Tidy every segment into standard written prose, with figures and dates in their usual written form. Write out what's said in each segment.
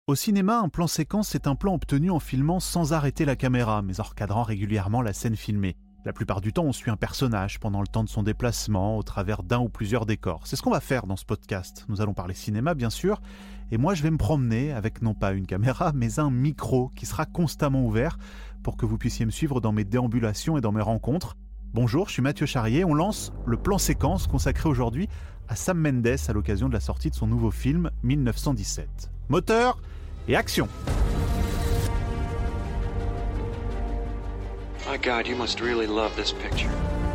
Au cinéma, un plan séquence est un plan obtenu en filmant sans arrêter la caméra, mais en recadrant régulièrement la scène filmée. La plupart du temps, on suit un personnage pendant le temps de son déplacement, au travers d'un ou plusieurs décors. C'est ce qu'on va faire dans ce podcast. Nous allons parler cinéma, bien sûr, et moi je vais me promener avec non pas une caméra, mais un micro qui sera constamment ouvert pour que vous puissiez me suivre dans mes déambulations et dans mes rencontres. Bonjour, je suis Mathieu Charrier, on lance le plan séquence consacré aujourd'hui à Sam Mendes à l'occasion de la sortie de son nouveau film 1917. Moteur et action. My God, you must really love this picture.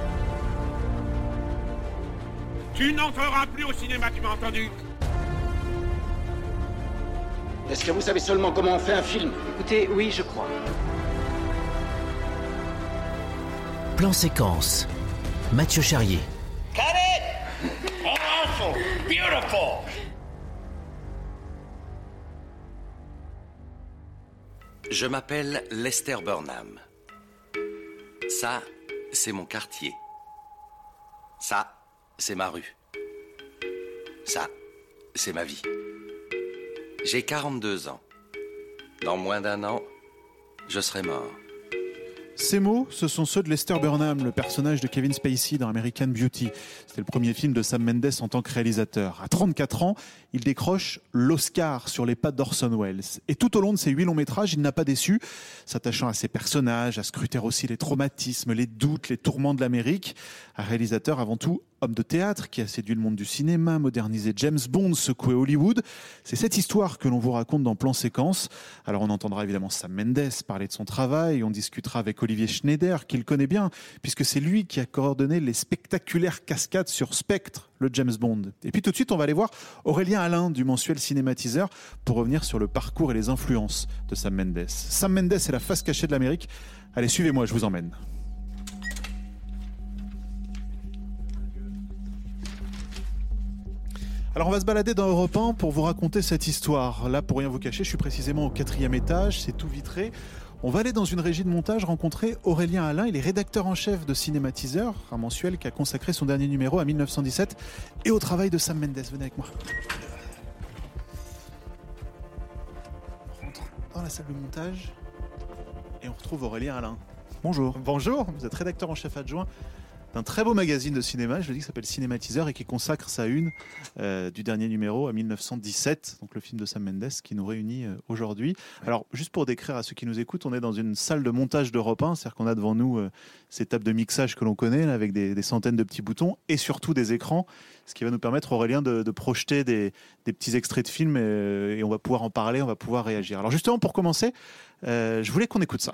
Tu n'entreras plus au cinéma, tu m'as entendu? Est-ce que vous savez seulement comment on fait un film? Écoutez, oui, je crois. Plan séquence. Mathieu Charrier. Cut it! Awful! Beautiful! Je m'appelle Lester Burnham. Ça, c'est mon quartier. Ça, c'est ma rue. Ça, c'est ma vie. J'ai 42 ans. Dans moins d'un an, je serai mort. Ces mots, ce sont ceux de Lester Burnham, le personnage de Kevin Spacey dans American Beauty. C'était le premier film de Sam Mendes en tant que réalisateur. À 34 ans, il décroche l'Oscar sur les pattes d'Orson Welles. Et tout au long de ses 8 longs métrages, il n'a pas déçu, s'attachant à ses personnages, à scruter aussi les traumatismes, les doutes, les tourments de l'Amérique. Un réalisateur avant tout homme de théâtre qui a séduit le monde du cinéma, modernisé James Bond, secoué Hollywood. C'est cette histoire que l'on vous raconte dans Plan Séquence. Alors on entendra évidemment Sam Mendes parler de son travail, on discutera avec Olivier Schneider, qu'il connaît bien, puisque c'est lui qui a coordonné les spectaculaires cascades sur Spectre, le James Bond. Et puis tout de suite, on va aller voir Aurélien Alain du mensuel Cinématiseur pour revenir sur le parcours et les influences de Sam Mendes. Sam Mendes est la face cachée de l'Amérique. Allez, suivez-moi, je vous emmène. Alors on va se balader dans Europe 1 pour vous raconter cette histoire. Là, pour rien vous cacher, je suis précisément au 4e étage, c'est tout vitré. On va aller dans une régie de montage rencontrer Aurélien Alain. Il est rédacteur en chef de Cinématiseur, un mensuel qui a consacré son dernier numéro à 1917 et au travail de Sam Mendes. Venez avec moi. On rentre dans la salle de montage et on retrouve Aurélien Alain. Bonjour. Bonjour, vous êtes rédacteur en chef adjoint d'un très beau magazine de cinéma, je le dis, qui s'appelle Cinématiseur et qui consacre sa une du dernier numéro à 1917, donc le film de Sam Mendes qui nous réunit aujourd'hui. Alors, juste pour décrire à ceux qui nous écoutent, on est dans une salle de montage d'Europe 1, c'est-à-dire qu'on a devant nous ces tables de mixage que l'on connaît, là, avec des centaines de petits boutons et surtout des écrans, ce qui va nous permettre, Aurélien, de projeter des petits extraits de films et on va pouvoir en parler, on va pouvoir réagir. Alors justement, pour commencer, je voulais qu'on écoute ça.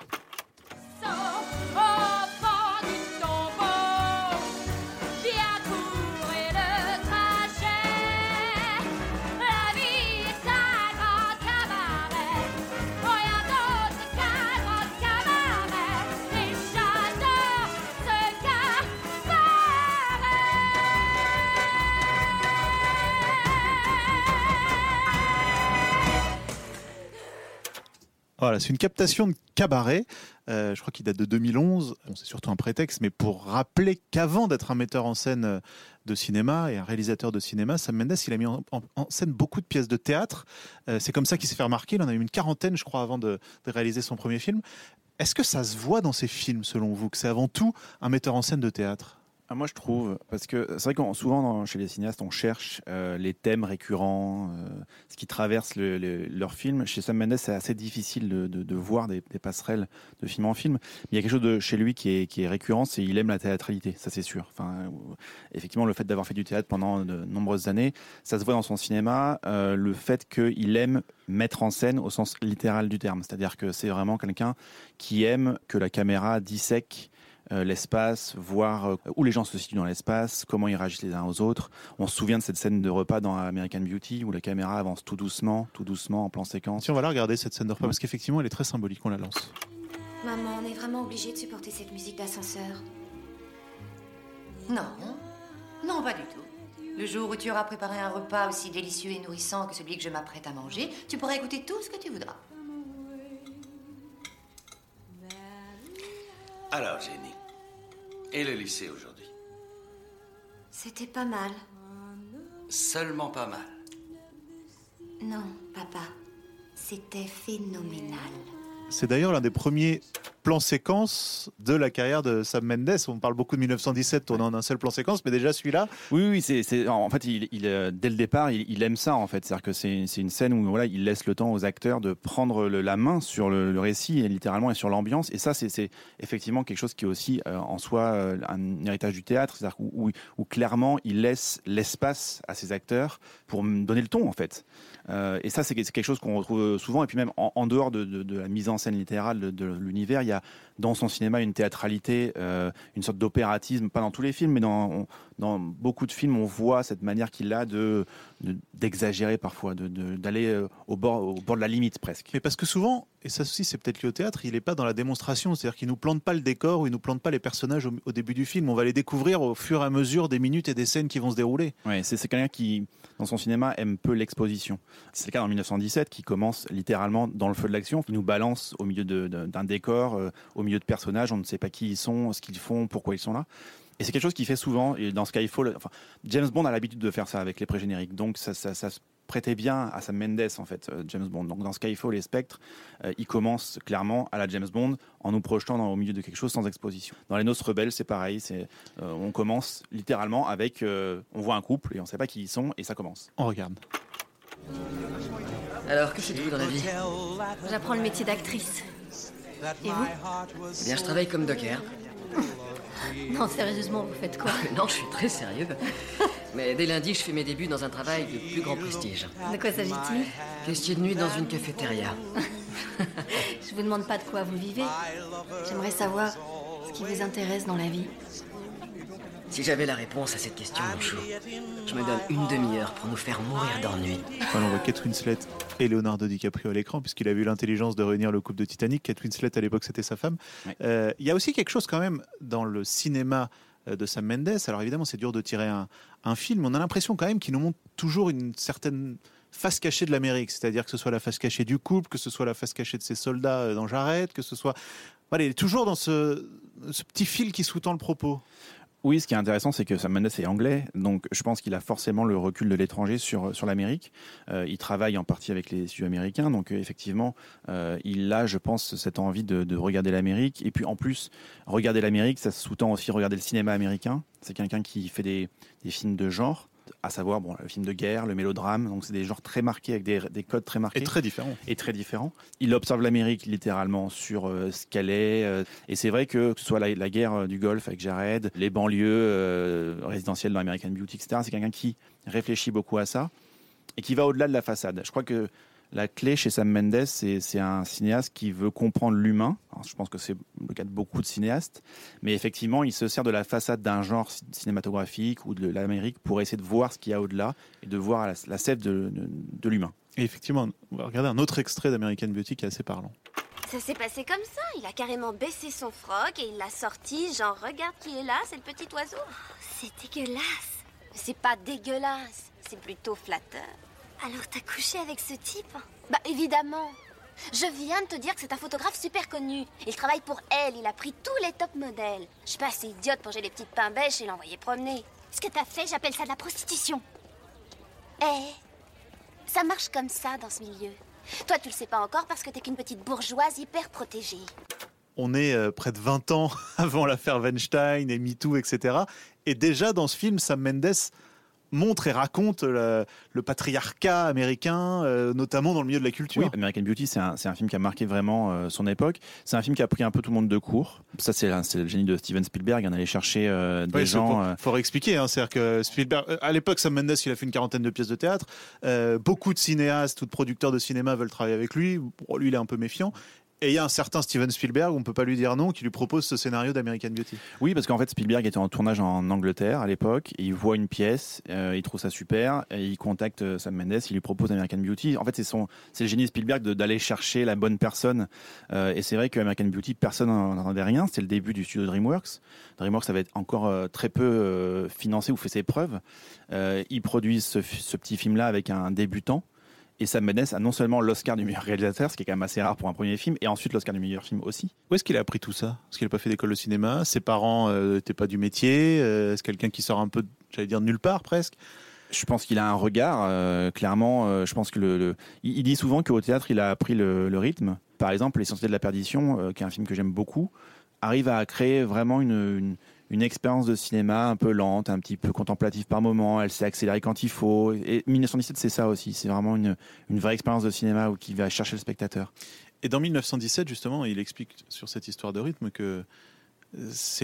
Voilà, c'est une captation de Cabaret. Je crois qu'il date de 2011. Bon, c'est surtout un prétexte, mais pour rappeler qu'avant d'être un metteur en scène de cinéma et un réalisateur de cinéma, Sam Mendes, il a mis en scène beaucoup de pièces de théâtre. C'est comme ça qu'il s'est fait remarquer. Il en a eu une quarantaine, je crois, avant de réaliser son premier film. Est-ce que ça se voit dans ses films, selon vous, que c'est avant tout un metteur en scène de théâtre ? Moi, je trouve, parce que c'est vrai que souvent chez les cinéastes, on cherche les thèmes récurrents, ce qui traverse leur film. Chez Sam Mendes, c'est assez difficile de voir des passerelles de film en film. Mais il y a quelque chose de chez lui qui est récurrent, c'est il aime la théâtralité, ça c'est sûr. Enfin, effectivement, le fait d'avoir fait du théâtre pendant de nombreuses années, ça se voit dans son cinéma. Le fait qu'il aime mettre en scène au sens littéral du terme, c'est-à-dire que c'est vraiment quelqu'un qui aime que la caméra dissèque l'espace, voir où les gens se situent dans l'espace, comment ils réagissent les uns aux autres. On se souvient de cette scène de repas dans American Beauty où la caméra avance tout doucement, en plan séquence. Si on va la regarder cette scène de repas, parce qu'effectivement elle est très symbolique, on la lance. Maman, on est vraiment obligé de supporter cette musique d'ascenseur? Non, non, pas du tout. Le jour où tu auras préparé un repas aussi délicieux et nourrissant que celui que je m'apprête à manger, tu pourras écouter tout ce que tu voudras. Alors, Jenny, et le lycée aujourd'hui? C'était pas mal. Seulement pas mal. Non, papa. C'était phénoménal. C'est d'ailleurs l'un des premiers plans séquences de la carrière de Sam Mendes. On parle beaucoup de 1917 tournant en un seul plan séquence, mais déjà celui-là. Oui, en fait, dès le départ, il aime ça en fait. C'est-à-dire que c'est une scène où voilà, il laisse le temps aux acteurs de prendre la main sur le récit et littéralement et sur l'ambiance. Et ça, c'est effectivement quelque chose qui est aussi en soi un héritage du théâtre, c'est-à-dire où clairement il laisse l'espace à ses acteurs pour donner le ton en fait. Et ça, c'est quelque chose qu'on retrouve souvent. Et puis même en dehors de la mise en scène littérale de l'univers, il y a dans son cinéma une théâtralité, une sorte d'opératisme, pas dans tous les films, mais dans beaucoup de films, on voit cette manière qu'il a d'exagérer parfois, d'aller au bord de la limite presque. Mais parce que souvent, et ça aussi c'est peut-être lié au théâtre, il n'est pas dans la démonstration, c'est-à-dire qu'il ne nous plante pas le décor ou il ne nous plante pas les personnages au début du film, on va les découvrir au fur et à mesure des minutes et des scènes qui vont se dérouler. Ouais, c'est quelqu'un qui, dans son cinéma, aime peu l'exposition. C'est le cas dans 1917 qui commence littéralement dans le feu de l'action, qui nous balance au milieu d'un décor, au milieu de personnages, on ne sait pas qui ils sont, ce qu'ils font, pourquoi ils sont là. Et c'est quelque chose qu'il fait souvent, et dans Skyfall, James Bond a l'habitude de faire ça avec les pré-génériques, donc ça se prêtait bien à Sam Mendes en fait, James Bond. Donc dans Skyfall et Spectre, il commence clairement à la James Bond en nous projetant au milieu de quelque chose sans exposition. Dans Les Noces Rebelles, c'est pareil, on commence littéralement avec, on voit un couple et on ne sait pas qui ils sont et ça commence. On regarde. Alors, que faites-vous dans la vie ? J'apprends le métier d'actrice. Et vous ? Eh bien, je travaille comme docker. Non, sérieusement, vous faites quoi ? Non, je suis très sérieux. Mais dès lundi, je fais mes débuts dans un travail de plus grand prestige. De quoi s'agit-il ? Caissier de nuit dans une cafétéria. Je vous demande pas de quoi vous vivez. J'aimerais savoir ce qui vous intéresse dans la vie. Si j'avais la réponse à cette question, mon chou, je me donne une demi-heure pour nous faire mourir d'ennui. Voilà, on voit Kate Winslet et Leonardo DiCaprio à l'écran, puisqu'il a eu l'intelligence de réunir le couple de Titanic. Kate Winslet, à l'époque, c'était sa femme. Ouais. Il y a aussi quelque chose quand même dans le cinéma de Sam Mendes. Alors évidemment, c'est dur de tirer un film. On a l'impression quand même qu'il nous montre toujours une certaine face cachée de l'Amérique. C'est-à-dire que ce soit la face cachée du couple, que ce soit la face cachée de ses soldats dans Jarret, que ce soit... Voilà, il est toujours dans ce petit fil qui sous-tend le propos. Oui, ce qui est intéressant, c'est que Sam Mendes est anglais, donc je pense qu'il a forcément le recul de l'étranger sur l'Amérique. Il travaille en partie avec les studios américains, donc effectivement, il a, je pense, cette envie de regarder l'Amérique. Et puis en plus, regarder l'Amérique, ça sous-tend aussi regarder le cinéma américain. C'est quelqu'un qui fait des films de genre, à savoir le film de guerre, le mélodrame, donc c'est des genres très marqués, avec des codes très marqués. Et très différents. Il observe l'Amérique littéralement sur ce qu'elle est, et c'est vrai que ce soit la guerre du Golfe avec Jared, les banlieues résidentielles dans American Beauty, etc., c'est quelqu'un qui réfléchit beaucoup à ça, et qui va au-delà de la façade. Je crois que la clé chez Sam Mendes, c'est un cinéaste qui veut comprendre l'humain. Alors, je pense que c'est le cas de beaucoup de cinéastes. Mais effectivement, il se sert de la façade d'un genre cinématographique ou de l'Amérique pour essayer de voir ce qu'il y a au-delà et de voir la sève de l'humain. Et effectivement, on va regarder un autre extrait d'American Beauty qui est assez parlant. Ça s'est passé comme ça. Il a carrément baissé son froc et il l'a sorti. Genre, regarde qui est là, c'est le petit oiseau. C'est dégueulasse. C'est pas dégueulasse, c'est plutôt flatteur. Alors t'as couché avec ce type ? Bah évidemment. Je viens de te dire que c'est un photographe super connu. Il travaille pour Elle, il a pris tous les top modèles. Je suis pas assez idiote pour gérer les petites pains bêches et l'envoyer promener. Ce que t'as fait, j'appelle ça de la prostitution. Ça marche comme ça dans ce milieu. Toi tu le sais pas encore parce que t'es qu'une petite bourgeoise hyper protégée. On est près de 20 ans avant l'affaire Weinstein et MeToo, etc. Et déjà dans ce film, Sam Mendes montre et raconte le patriarcat américain, notamment dans le milieu de la culture. Oui, American Beauty, c'est un film qui a marqué vraiment son époque. C'est un film qui a pris un peu tout le monde de court. Ça, c'est le génie de Steven Spielberg. On allait chercher des gens... Il faut réexpliquer. C'est-à-dire que Spielberg, à l'époque, Sam Mendes, il a fait une quarantaine de pièces de théâtre. Beaucoup de cinéastes ou de producteurs de cinéma veulent travailler avec lui. Bon, lui, il est un peu méfiant. Et il y a un certain Steven Spielberg, on ne peut pas lui dire non, qui lui propose ce scénario d'American Beauty. Oui, parce qu'en fait, Spielberg était en tournage en Angleterre à l'époque. Il voit une pièce, il trouve ça super, et il contacte Sam Mendes, il lui propose American Beauty. En fait, c'est le génie de Spielberg d'aller chercher la bonne personne. Et c'est vrai qu'American Beauty, personne n'en entendait rien. C'était le début du studio DreamWorks. DreamWorks avait encore très peu financé ou fait ses preuves. Ils produisent ce petit film-là avec un débutant. Et Sam Mendes a non seulement l'Oscar du meilleur réalisateur, ce qui est quand même assez rare pour un premier film, et ensuite l'Oscar du meilleur film aussi. Où est-ce qu'il a appris tout ça ? Est-ce qu'il n'a pas fait d'école de cinéma ? Ses parents n'étaient pas du métier ? Est-ce quelqu'un qui sort un peu, j'allais dire, de nulle part presque ? Je pense qu'il a un regard, clairement. Je pense que il dit souvent qu'au théâtre, il a appris le rythme. Par exemple, Les Sentiers de la Perdition, qui est un film que j'aime beaucoup, arrive à créer vraiment une expérience de cinéma un peu lente, un petit peu contemplative par moment. Elle sait accélérer quand il faut. Et 1917, c'est ça aussi. C'est vraiment une vraie expérience de cinéma qui va chercher le spectateur. Et dans 1917, justement, il explique sur cette histoire de rythme que c'est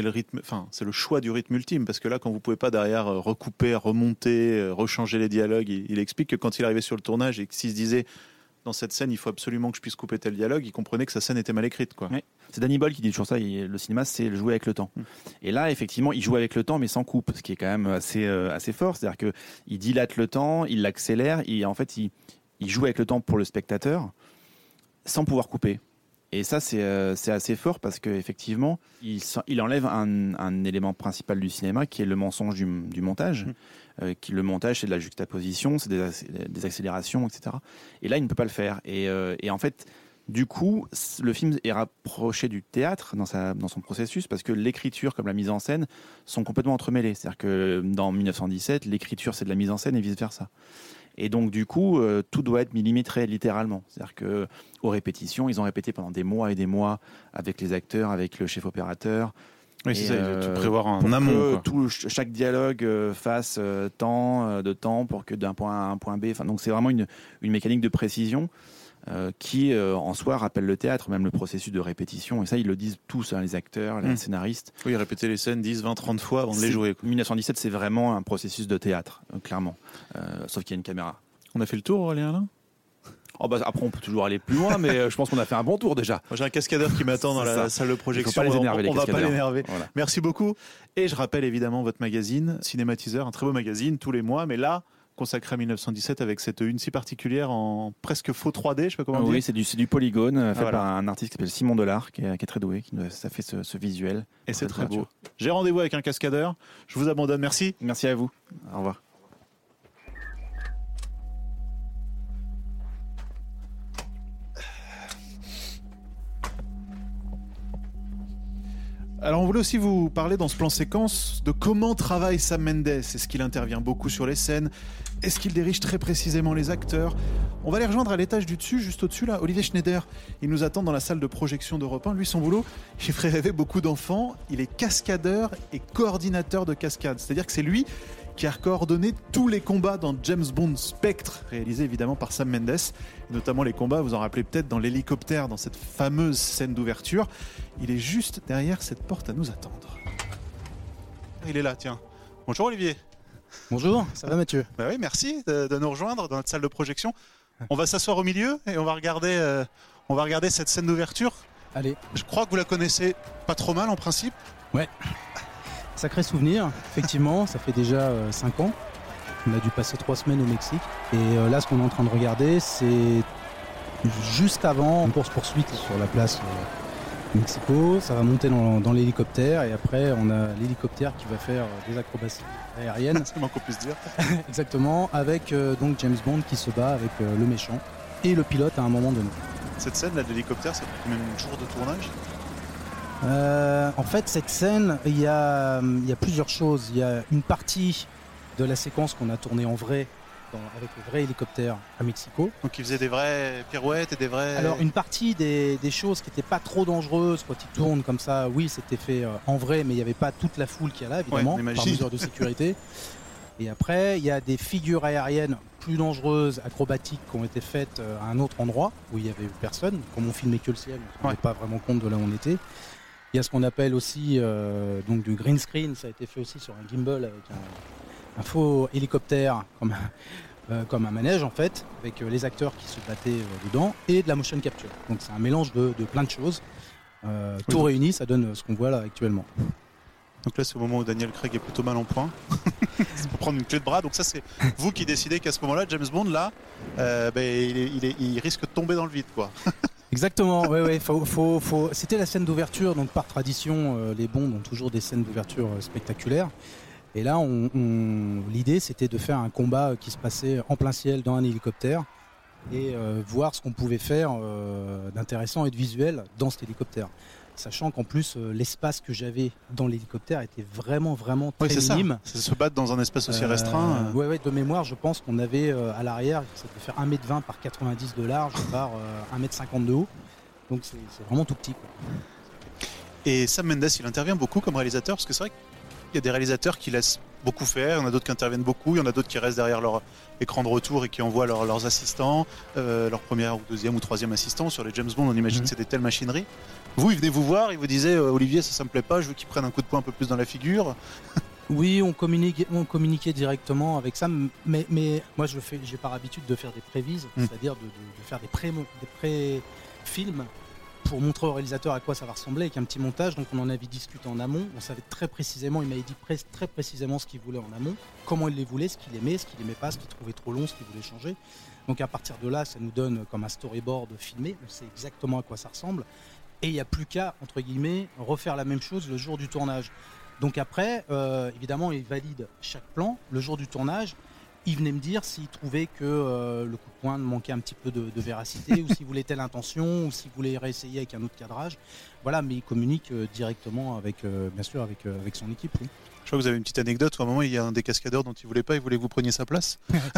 le choix du rythme ultime, parce que là, quand vous pouvez pas derrière recouper, remonter, rechanger les dialogues, il explique que quand il arrivait sur le tournage et que s'il se disait dans cette scène, il faut absolument que je puisse couper tel dialogue, il comprenait que sa scène était mal écrite, quoi. Oui. C'est Danny Boyle qui dit toujours ça. Le cinéma, c'est le jouer avec le temps. Et là, effectivement, il joue avec le temps, mais sans coupe, ce qui est quand même assez fort. C'est-à-dire que il dilate le temps, il l'accélère, et en fait, il joue avec le temps pour le spectateur, sans pouvoir couper. Et ça, c'est assez fort parce qu'effectivement, il enlève un élément principal du cinéma qui est le mensonge du montage. Le montage, c'est de la juxtaposition, c'est des accélérations, etc. Et là, il ne peut pas le faire. Et en fait, du coup, le film est rapproché du théâtre dans son processus parce que l'écriture comme la mise en scène sont complètement entremêlées. C'est-à-dire que dans 1917, l'écriture, c'est de la mise en scène et vice-versa. Et donc, du coup, tout doit être millimétré, littéralement. C'est-à-dire qu'aux répétitions, ils ont répété pendant des mois et des mois avec les acteurs, avec le chef opérateur. Oui, c'est ça, il faut tout prévoir en amont. Chaque dialogue fasse tant de temps pour que d'un point A à un point B. Enfin, donc, c'est vraiment une mécanique de précision qui, en soi, rappelle le théâtre, même le processus de répétition. Et ça, ils le disent tous, les acteurs, les scénaristes. Oui, répéter les scènes 10, 20, 30 fois avant de les jouer. 1917, c'est vraiment un processus de théâtre, clairement. Sauf qu'il y a une caméra. On a fait le tour, Aurélien, là ? Après, on peut toujours aller plus loin, mais je pense qu'on a fait un bon tour déjà. Moi, j'ai un cascadeur qui m'attend dans la salle de projection. On va pas l'énerver. Voilà. Merci beaucoup. Et je rappelle évidemment votre magazine, Cinématiseur, un très beau magazine, tous les mois, mais là, consacré à 1917 avec cette une si particulière en presque faux 3D, je sais pas comment dire. Oui, c'est du polygone fait par un artiste qui s'appelle Simon Delard, qui est très doué, ça fait ce visuel. Et c'est très beau. J'ai rendez-vous avec un cascadeur. Je vous abandonne. Merci. Merci à vous. Au revoir. Alors on voulait aussi vous parler dans ce plan séquence de comment travaille Sam Mendes. Est-ce qu'il intervient beaucoup sur les scènes ? Est-ce qu'il dirige très précisément les acteurs ? On va les rejoindre à l'étage du dessus, juste au-dessus là, Olivier Schneider. Il nous attend dans la salle de projection d'Europe 1. Lui, son boulot, il ferait rêver beaucoup d'enfants. Il est cascadeur et coordinateur de cascade. C'est-à-dire que c'est lui qui a coordonné tous les combats dans James Bond Spectre, réalisé évidemment par Sam Mendes, et notamment les combats, vous en rappelez peut-être, dans l'hélicoptère, dans cette fameuse scène d'ouverture. Il est juste derrière cette porte à nous attendre. Il est là, tiens. Bonjour Olivier. Bonjour, ça va Mathieu ? Bah oui, merci de nous rejoindre dans notre salle de projection. On va s'asseoir au milieu et on va regarder cette scène d'ouverture. Allez. Je crois que vous la connaissez pas trop mal en principe. Ouais. Sacré souvenir, effectivement, ça fait déjà 5 ans. On a dû passer 3 semaines au Mexique. Et là, ce qu'on est en train de regarder, c'est juste avant une course-poursuite sur la place Mexico. Ça va monter dans l'hélicoptère et après, on a l'hélicoptère qui va faire des acrobaties aériennes. C'est le moins qu'on puisse dire. Exactement, avec donc James Bond qui se bat avec le méchant et le pilote à un moment donné. Cette scène là de l'hélicoptère, ça fait combien de jours de tournage ? En fait, cette scène, il y a plusieurs choses. Il y a une partie de la séquence qu'on a tournée en vrai, avec le vrai hélicoptère à Mexico. Donc il faisait des vraies pirouettes et des vrais... Alors une partie des choses qui n'étaient pas trop dangereuses quand il tourne comme ça, oui, c'était fait en vrai, mais il n'y avait pas toute la foule qui est là, évidemment, par mesure de sécurité. Et après, il y a des figures aériennes plus dangereuses, acrobatiques, qui ont été faites à un autre endroit, où il n'y avait personne. Comme on filmait que le ciel, on ne se rendait pas vraiment compte de là où on était. Il y a ce qu'on appelle aussi donc du green screen, ça a été fait aussi sur un gimbal avec un faux hélicoptère comme un manège en fait, avec les acteurs qui se battaient dedans et de la motion capture. Donc c'est un mélange de plein de choses. Tout réuni, ça donne ce qu'on voit là actuellement. Donc là c'est au moment où Daniel Craig est plutôt mal en point. C'est pour prendre une clé de bras. Donc ça c'est vous qui décidez qu'à ce moment-là, James Bond là, il risque de tomber dans le vide quoi. Exactement, ouais, c'était la scène d'ouverture, donc par tradition, les Bonds ont toujours des scènes d'ouverture spectaculaires. Et là, l'idée, c'était de faire un combat qui se passait en plein ciel dans un hélicoptère, et voir ce qu'on pouvait faire d'intéressant et de visuel dans cet hélicoptère. Sachant qu'en plus, l'espace que j'avais dans l'hélicoptère était vraiment très minime. C'est se battre dans un espace aussi restreint. Ouais, de mémoire, je pense qu'on avait à l'arrière, ça devait faire 1m20 par 90 de large par 1m50 de haut. Donc c'est vraiment tout petit, quoi. Et Sam Mendes, il intervient beaucoup comme réalisateur, parce que c'est vrai qu'il y a des réalisateurs qui laissent beaucoup faire, il y en a d'autres qui interviennent beaucoup, il y en a d'autres qui restent derrière leur écran de retour et qui envoient leurs assistants, leur premier ou deuxième ou troisième assistant. Sur les James Bond, on imagine que c'est des telles machineries. Vous, il venait vous voir, il vous disait Olivier, ça me plaît pas, je veux qu'il prenne un coup de poing un peu plus dans la figure. Oui, on communiquait directement avec Sam, mais moi j'ai par habitude de faire des prévises, c'est-à-dire de faire des pré-films pour montrer au réalisateur à quoi ça va ressembler avec un petit montage. Donc on en avait discuté en amont, on savait très précisément, il m'avait dit très précisément ce qu'il voulait en amont, comment il les voulait, ce qu'il aimait pas, ce qu'il trouvait trop long, ce qu'il voulait changer. Donc à partir de là, ça nous donne comme un storyboard filmé, on sait exactement à quoi ça ressemble, et il n'y a plus qu'à, entre guillemets, refaire la même chose le jour du tournage. Donc après, évidemment, il valide chaque plan le jour du tournage. Il venait me dire s'il trouvait que le coup de poing manquait un petit peu de véracité ou s'il voulait telle intention ou s'il voulait réessayer avec un autre cadrage. Voilà, mais il communique directement bien sûr avec son équipe. Oui. Je crois que vous avez une petite anecdote où à un moment il y a un des cascadeurs dont il voulait pas, il voulait que vous preniez sa place.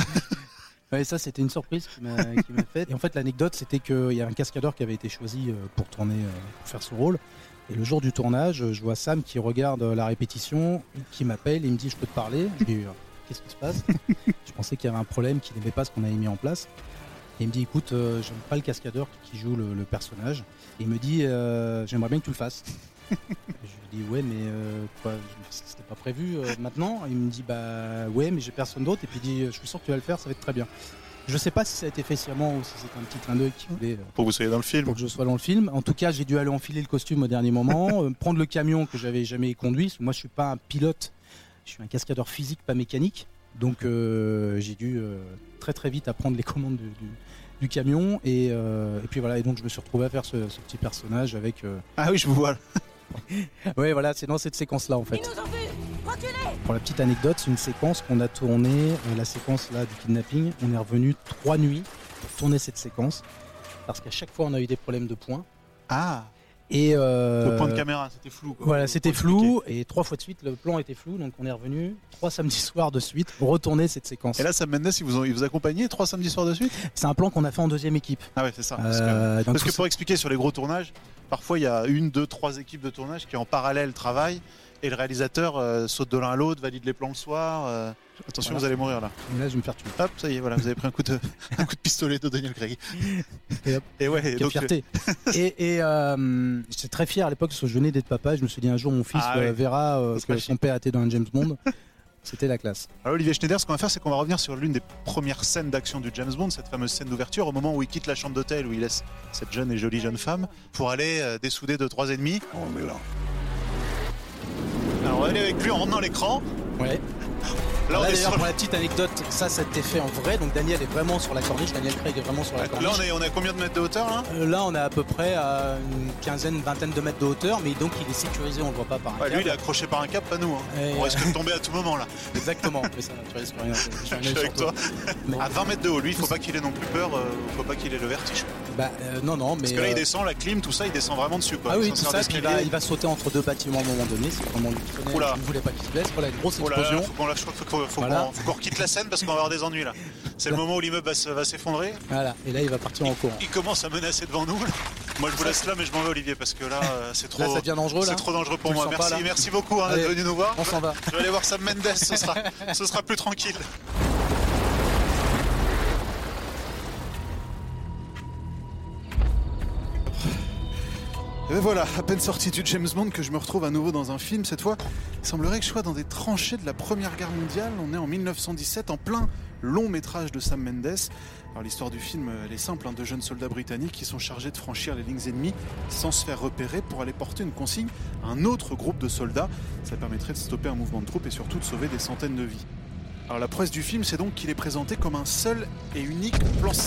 Ouais, ça c'était une surprise qui m'a faite. Et en fait l'anecdote c'était qu'il y a un cascadeur qui avait été choisi pour tourner, pour faire ce rôle. Et le jour du tournage, je vois Sam qui regarde la répétition, qui m'appelle, il me dit je peux te parler. Je dis qu'est-ce qui se passe? Je pensais qu'il y avait un problème, qu'il n'aimait pas ce qu'on avait mis en place. Et il me dit écoute, j'aime pas le cascadeur qui joue le personnage. Et il me dit j'aimerais bien que tu le fasses. Je lui dis ouais mais quoi, c'était pas prévu maintenant. Il me dit bah ouais mais j'ai personne d'autre. Et puis il dit je suis sûr que tu vas le faire, ça va être très bien. Je sais pas si ça a été fait sciemment ou si c'est un petit clin d'œil qui voulait pour que vous soyez dans le film. Pour que je sois dans le film. En tout cas, j'ai dû aller enfiler le costume au dernier moment, prendre le camion que j'avais jamais conduit. Moi, je suis pas un pilote, je suis un cascadeur physique, pas mécanique. Donc, j'ai dû très vite apprendre les commandes du camion et puis voilà. Et donc, je me suis retrouvé à faire ce petit personnage avec. Ah oui, je vous vois. Oui, voilà, c'est dans cette séquence-là en fait. Pour la petite anecdote, c'est une séquence qu'on a tournée, la séquence là du kidnapping. On est revenu 3 nuits pour tourner cette séquence parce qu'à chaque fois on a eu des problèmes de points. Ah. Et le point de caméra, c'était flou. Quoi. Voilà, c'était flou et 3 fois de suite le plan était flou, donc on est revenu 3 samedis soirs de suite pour retourner cette séquence. Et là, Sam Mendes, il vous accompagnait 3 samedis soirs de suite? C'est un plan qu'on a fait en deuxième équipe. Ah ouais, c'est ça. Parce que pour expliquer sur les gros tournages, parfois il y a 1, 2, 3 équipes de tournage qui en parallèle travaillent et le réalisateur saute de l'un à l'autre, valide les plans le soir. Attention, voilà. Vous allez mourir là. Et là, je vais me faire tuer. Hop, ça y est, voilà, vous avez pris un coup de pistolet de Daniel Craig. Et ouais, donc fierté. Et j'étais très fier à l'époque parce que je venais d'être papa. Je me suis dit un jour mon fils verra que son père était dans un James Bond. C'était la classe. Alors Olivier Schneider, ce qu'on va faire, c'est qu'on va revenir sur l'une des premières scènes d'action du James Bond, cette fameuse scène d'ouverture, au moment où il quitte la chambre d'hôtel, où il laisse cette jeune et jolie jeune femme pour aller dessouder 2-3 ennemis. On est là. Alors on va aller avec lui en revenant l'écran. Ouais. Là, d'ailleurs, pour la petite anecdote, ça été fait en vrai. Donc Daniel est vraiment sur la corniche. Daniel Craig est vraiment sur la corniche. Là, on est à combien de mètres de hauteur là Là, on est à peu près à une quinzaine, vingtaine de mètres de hauteur. Mais donc, il est sécurisé, on le voit pas par un câble. Lui, il est accroché par un câble, pas nous. On risque de tomber à tout moment là. Exactement. Mais ça, tu risques rien. Je suis avec toi. Mais... À 20 mètres de haut, lui, il faut pas qu'il ait non plus peur. Faut pas qu'il ait le vertige. Non, mais. Parce que là, il descend, la clim, tout ça, il descend vraiment dessus. Quoi. Ah oui, tout ça. Puis il va sauter entre 2 bâtiments à un moment donné. C'est vraiment lui qui connaît. Je ne voulais pas qu'il se blesse. Voilà, une grosse explosion. Faut qu'on quitte la scène parce qu'on va avoir des ennuis là. C'est le moment où l'immeuble va s'effondrer. Voilà, et là il va partir en courant. Il commence à menacer devant nous. Moi je vous laisse là, mais je m'en vais Olivier parce que là c'est trop. Là ça devient dangereux. C'est trop dangereux pour moi. Merci beaucoup d'être venu nous voir. On s'en va. Je vais aller voir Sam Mendes, ce sera plus tranquille. Et ben voilà, à peine sorti du James Bond que je me retrouve à nouveau dans un film. Cette fois, il semblerait que je sois dans des tranchées de la Première Guerre mondiale. On est en 1917, en plein long métrage de Sam Mendes. Alors l'histoire du film, elle est simple, de jeunes soldats britanniques qui sont chargés de franchir les lignes ennemies sans se faire repérer pour aller porter une consigne à un autre groupe de soldats. Ça permettrait de stopper un mouvement de troupes et surtout de sauver des centaines de vies. Alors la prouesse du film, c'est donc qu'il est présenté comme un seul et unique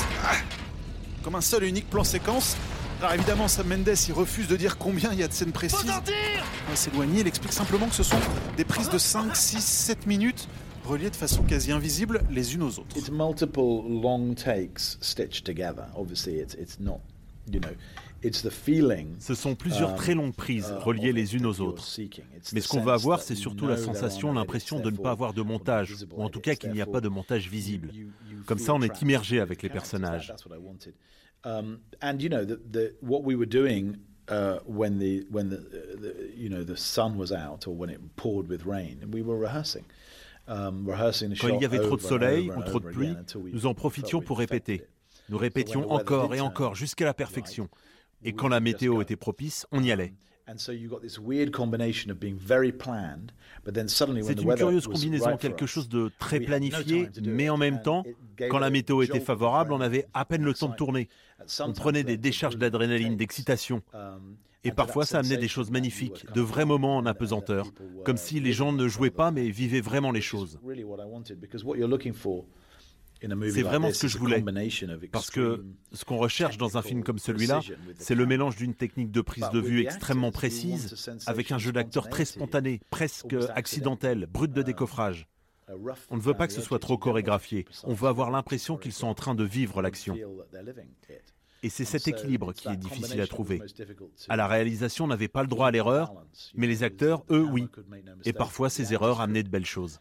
plan séquence. Alors évidemment, Sam Mendes, il refuse de dire combien il y a de scènes précises. On va s'éloigner, il explique simplement que ce sont des prises de 5, 6, 7 minutes reliées de façon quasi invisible les unes aux autres. It's multiple long takes stitched together. Obviously, it's not, it's the feeling. Ce sont plusieurs très longues prises reliées les unes aux autres. Mais ce qu'on va avoir, c'est surtout la sensation, l'impression de ne pas avoir de montage, ou en tout cas qu'il n'y a pas de montage visible. Comme ça, on est immergé avec les personnages. And what we were doing when the sun was out or when it poured with rain, we were rehearsing. Quand il y avait trop de soleil ou trop de pluie, nous en profitions pour répéter. Nous répétions encore et encore jusqu'à la perfection. Et quand la météo était propice, on y allait. C'est une curieuse combinaison, quelque chose de très planifié, mais en même temps, quand la météo était favorable, on avait à peine le temps de tourner. On prenait des décharges d'adrénaline, d'excitation. Et parfois, ça amenait des choses magnifiques, de vrais moments en apesanteur, comme si les gens ne jouaient pas, mais vivaient vraiment les choses. C'est vraiment ce que je voulais, parce que ce qu'on recherche dans un film comme celui-là, c'est le mélange d'une technique de prise de vue extrêmement précise, avec un jeu d'acteur très spontané, presque accidentel, brut de décoffrage. On ne veut pas que ce soit trop chorégraphié, on veut avoir l'impression qu'ils sont en train de vivre l'action. Et c'est cet équilibre qui est difficile à trouver. À la réalisation, on n'avait pas le droit à l'erreur, mais les acteurs, eux, oui. Et parfois, ces erreurs amenaient de belles choses.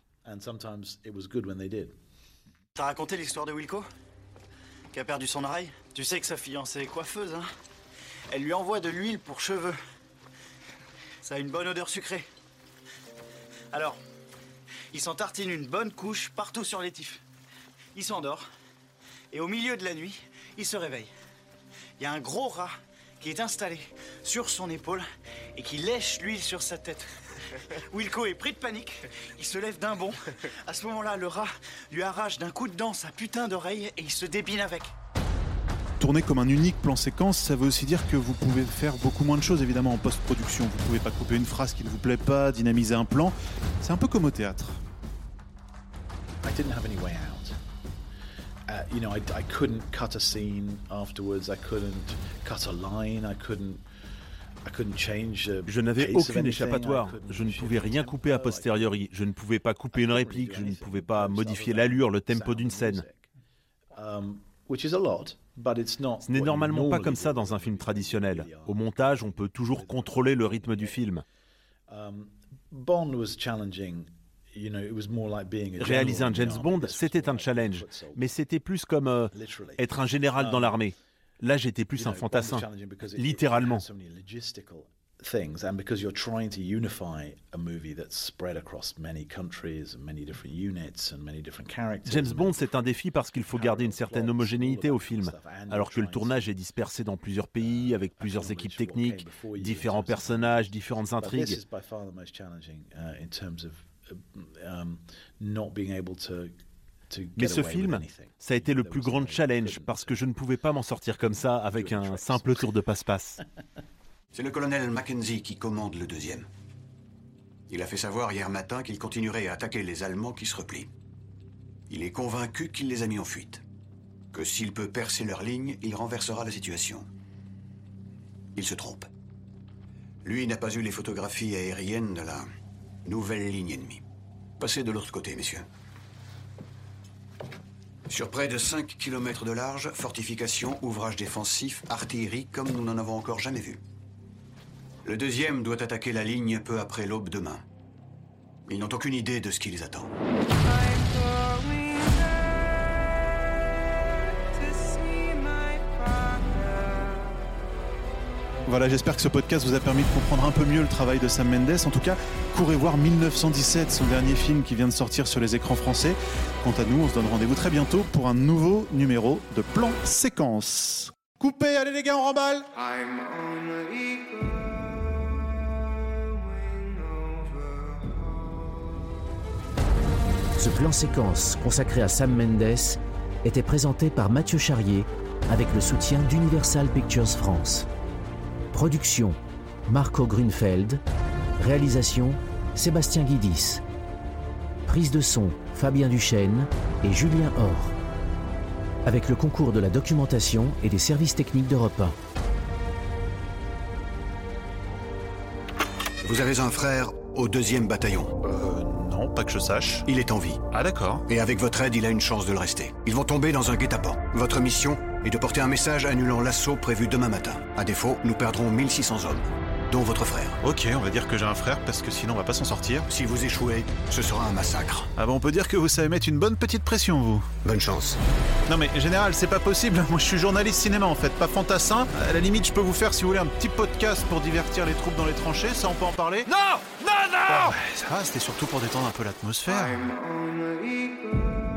T'as raconté l'histoire de Wilco? Qui a perdu son oreille? Tu sais que sa fiancée est coiffeuse, hein? Elle lui envoie de l'huile pour cheveux. Ça a une bonne odeur sucrée. Alors, il s'en tartine une bonne couche partout sur l'étif. Il s'endort. Et au milieu de la nuit, il se réveille. Il y a un gros rat qui est installé sur son épaule et qui lèche l'huile sur sa tête. Wilco est pris de panique, il se lève d'un bond. À ce moment-là, le rat lui arrache d'un coup de dent sa putain d'oreille et il se débine avec. Tourner comme un unique plan séquence, ça veut aussi dire que vous pouvez faire beaucoup moins de choses évidemment en post-production. Vous pouvez pas couper une phrase qui ne vous plaît pas, dynamiser un plan. C'est un peu comme au théâtre. I didn't have any way out. I couldn't cut a scene afterwards. I couldn't cut a line. I couldn't change. Je n'avais aucune échappatoire. Je ne pouvais rien couper a posteriori. Je ne pouvais pas couper une réplique. Je ne pouvais pas modifier l'allure, le tempo d'une scène. Ce n'est normalement pas comme ça dans un film traditionnel. Au montage, on peut toujours contrôler le rythme du film. Réaliser un James Bond, c'était un challenge, mais c'était plus comme être un général dans l'armée. Là, j'étais plus un fantassin, littéralement. James Bond, c'est un défi parce qu'il faut garder une certaine homogénéité au film, alors que le tournage est dispersé dans plusieurs pays, avec plusieurs équipes techniques, différents personnages, différentes intrigues. Mais ce film, ça a été le plus grand challenge parce que je ne pouvais pas m'en sortir comme ça avec un simple tour de passe-passe. C'est le colonel Mackenzie qui commande le deuxième. Il a fait savoir hier matin qu'il continuerait à attaquer les Allemands qui se replient. Il est convaincu qu'il les a mis en fuite. Que s'il peut percer leur ligne, il renversera la situation. Il se trompe. Lui n'a pas eu les photographies aériennes de la nouvelle ligne ennemie. Passez de l'autre côté, messieurs. Sur près de 5 km de large, fortifications, ouvrages défensifs, artillerie, comme nous n'en avons encore jamais vu. Le deuxième doit attaquer la ligne peu après l'aube demain. Ils n'ont aucune idée de ce qui les attend. Voilà, j'espère que ce podcast vous a permis de comprendre un peu mieux le travail de Sam Mendes. En tout cas, courez voir 1917, son dernier film qui vient de sortir sur les écrans français. Quant à nous, on se donne rendez-vous très bientôt pour un nouveau numéro de Plan Séquence. Coupez, allez les gars, on remballe. Ce plan séquence consacré à Sam Mendes était présenté par Mathieu Charrier avec le soutien d'Universal Pictures France. Production, Marco Grunfeld. Réalisation, Sébastien Guidis. Prise de son, Fabien Duchesne et Julien Or. Avec le concours de la documentation et des services techniques d'Europe 1. Vous avez un frère au 2e bataillon? Non. Non, pas que je sache. Il est en vie. Ah d'accord. Et avec votre aide, il a une chance de le rester. Ils vont tomber dans un guet-apens. Votre mission est de porter un message annulant l'assaut prévu demain matin. À défaut, nous perdrons 1600 hommes, dont votre frère. Ok, on va dire que j'ai un frère parce que sinon on va pas s'en sortir. Si vous échouez, ce sera un massacre. Ah bon, on peut dire que vous savez mettre une bonne petite pression, vous. Bonne chance. Non mais général, c'est pas possible. Moi je suis journaliste cinéma en fait, pas fantassin. À la limite, je peux vous faire, si vous voulez, un petit podcast pour divertir les troupes dans les tranchées. Ça, on peut en parler? Non! Non, non! Ça va, c'était surtout pour détendre un peu l'atmosphère.